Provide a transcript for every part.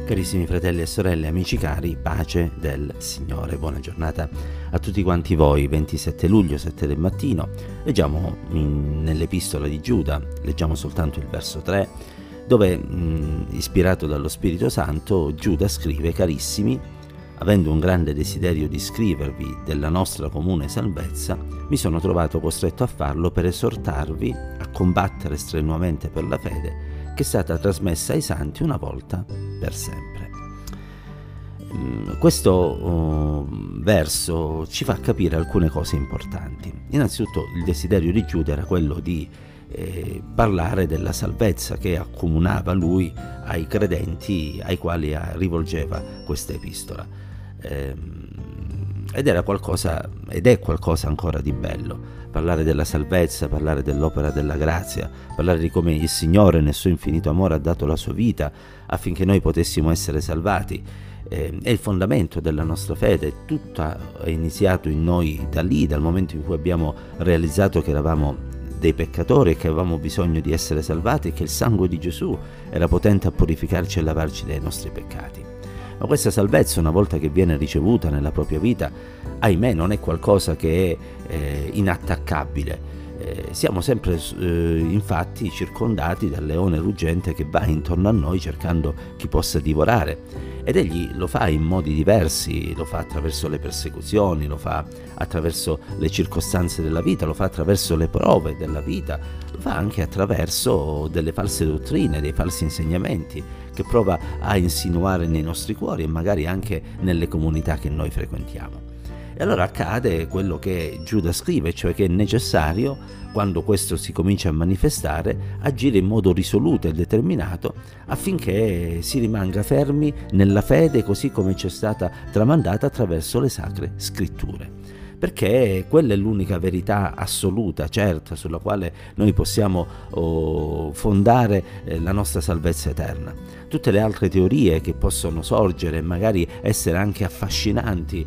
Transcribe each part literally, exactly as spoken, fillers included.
Carissimi fratelli e sorelle, amici cari, pace del Signore. Buona giornata a tutti quanti voi. ventisette luglio, sette del mattino. Leggiamo in, nell'epistola di Giuda, leggiamo soltanto il verso tre, dove, mh, ispirato dallo Spirito Santo, Giuda scrive: carissimi, avendo un grande desiderio di scrivervi della nostra comune salvezza, mi sono trovato costretto a farlo per esortarvi a combattere strenuamente per la fede che è stata trasmessa ai santi una volta per sempre. Questo uh, verso ci fa capire alcune cose importanti. Innanzitutto il desiderio di Giuda era quello di eh, parlare della salvezza che accomunava lui ai credenti ai quali rivolgeva questa epistola. Ehm, ed era qualcosa, ed è qualcosa ancora di bello. Parlare della salvezza, parlare dell'opera della grazia, parlare di come il Signore nel suo infinito amore ha dato la sua vita affinché noi potessimo essere salvati. Eh, è il fondamento della nostra fede. Tutto è iniziato in noi da lì, dal momento in cui abbiamo realizzato che eravamo dei peccatori e che avevamo bisogno di essere salvati e che il sangue di Gesù era potente a purificarci e lavarci dai nostri peccati. Ma questa salvezza, una volta che viene ricevuta nella propria vita, ahimè, non è qualcosa che è eh, inattaccabile. Eh, siamo sempre eh, infatti circondati dal leone ruggente che va intorno a noi cercando chi possa divorare. Ed egli lo fa in modi diversi, lo fa attraverso le persecuzioni, lo fa attraverso le circostanze della vita, lo fa attraverso le prove della vita, lo fa anche attraverso delle false dottrine, dei falsi insegnamenti che prova a insinuare nei nostri cuori e magari anche nelle comunità che noi frequentiamo. E allora accade quello che Giuda scrive, cioè che è necessario, quando questo si comincia a manifestare, agire in modo risoluto e determinato affinché si rimanga fermi nella fede così come ci è stata tramandata attraverso le sacre scritture. Perché quella è l'unica verità assoluta, certa, sulla quale noi possiamo oh, fondare eh, la nostra salvezza eterna. Tutte le altre teorie che possono sorgere e magari essere anche affascinanti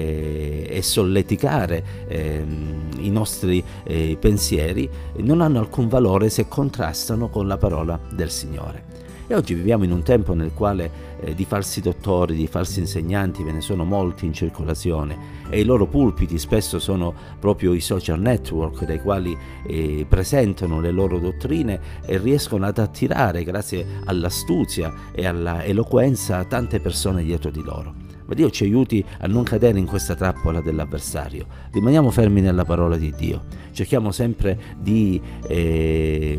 eh, e solleticare eh, i nostri eh, pensieri non hanno alcun valore se contrastano con la parola del Signore. E oggi viviamo in un tempo nel quale eh, di falsi dottori, di falsi insegnanti ve ne sono molti in circolazione e i loro pulpiti spesso sono proprio i social network dai quali eh, presentano le loro dottrine e riescono ad attirare, grazie all'astuzia e alla eloquenza, tante persone dietro di loro. Ma Dio ci aiuti a non cadere in questa trappola dell'avversario. Rimaniamo fermi nella parola di Dio. Cerchiamo sempre di eh,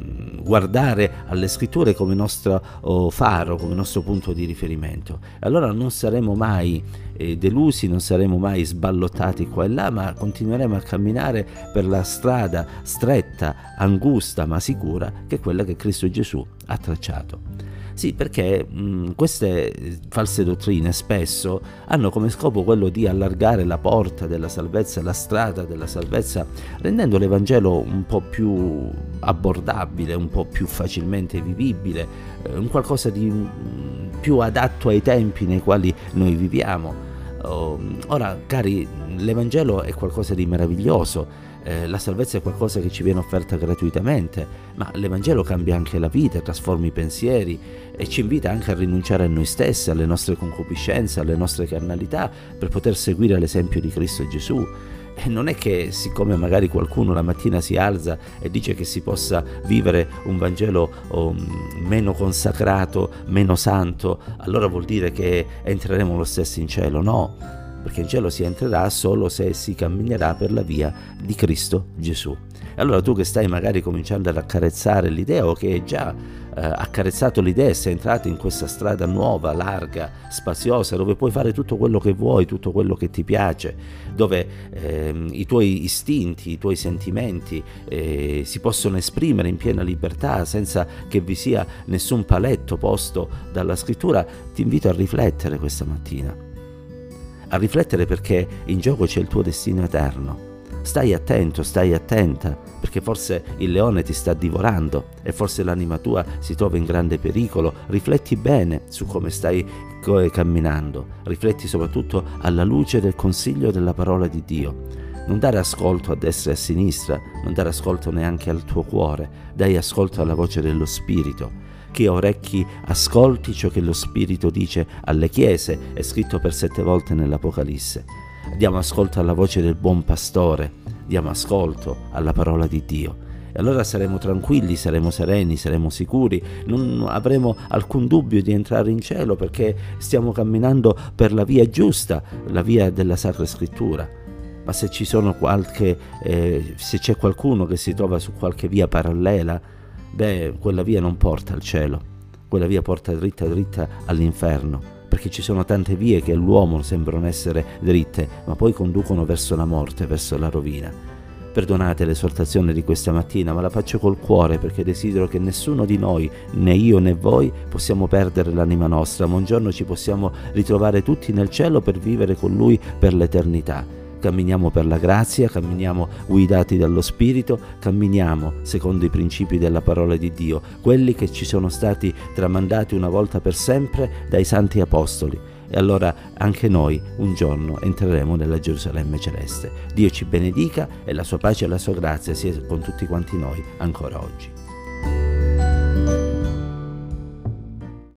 guardare alle scritture come nostro oh, faro, come nostro punto di riferimento. Allora non saremo mai eh, delusi, non saremo mai sballottati qua e là, ma continueremo a camminare per la strada stretta, angusta ma sicura, che è quella che Cristo Gesù ha tracciato. Sì, perché mh, queste false dottrine spesso hanno come scopo quello di allargare la porta della salvezza, la strada della salvezza, rendendo l'Evangelo un po' più abbordabile, un po' più facilmente vivibile, eh, un qualcosa di mh, più adatto ai tempi nei quali noi viviamo. Oh, ora, cari, l'Evangelo è qualcosa di meraviglioso. Eh, la salvezza è qualcosa che ci viene offerta gratuitamente, ma l'Evangelo cambia anche la vita, trasforma i pensieri e ci invita anche a rinunciare a noi stessi, alle nostre concupiscenze, alle nostre carnalità, per poter seguire l'esempio di Cristo Gesù. E non è che, siccome magari qualcuno la mattina si alza e dice che si possa vivere un Vangelo oh, meno consacrato, meno santo, allora vuol dire che entreremo lo stesso in cielo. No, perché in cielo si entrerà solo se si camminerà per la via di Cristo Gesù. E allora tu che stai magari cominciando ad accarezzare l'idea o che già eh, accarezzato l'idea e sei entrato in questa strada nuova, larga, spaziosa, dove puoi fare tutto quello che vuoi, tutto quello che ti piace, dove eh, i tuoi istinti, i tuoi sentimenti eh, si possono esprimere in piena libertà senza che vi sia nessun paletto posto dalla scrittura, ti invito a riflettere questa mattina. A riflettere, perché in gioco c'è il tuo destino eterno. Stai attento, stai attenta, perché forse il leone ti sta divorando e forse l'anima tua si trova in grande pericolo. Rifletti bene su come stai camminando, rifletti soprattutto alla luce del consiglio della parola di Dio. Non dare ascolto a destra e a sinistra, non dare ascolto neanche al tuo cuore, dai ascolto alla voce dello Spirito, chi ha orecchi ascolti ciò che lo Spirito dice alle chiese, è scritto per sette volte nell'Apocalisse. Diamo ascolto alla voce del buon pastore, diamo ascolto alla parola di Dio. E allora saremo tranquilli, saremo sereni, saremo sicuri, non avremo alcun dubbio di entrare in cielo perché stiamo camminando per la via giusta, la via della Sacra Scrittura. Ma se ci sono qualche, eh, se c'è qualcuno che si trova su qualche via parallela, beh, quella via non porta al cielo, quella via porta dritta dritta all'inferno, perché ci sono tante vie che all'uomo sembrano essere dritte, ma poi conducono verso la morte, verso la rovina. Perdonate l'esortazione di questa mattina, ma la faccio col cuore perché desidero che nessuno di noi, né io né voi, possiamo perdere l'anima nostra, ma un giorno ci possiamo ritrovare tutti nel cielo per vivere con Lui per l'eternità. Camminiamo per la grazia, camminiamo guidati dallo Spirito, camminiamo secondo i principi della parola di Dio, quelli che ci sono stati tramandati una volta per sempre dai Santi Apostoli. E allora anche noi un giorno entreremo nella Gerusalemme celeste. Dio ci benedica e la sua pace e la sua grazia sia con tutti quanti noi ancora oggi.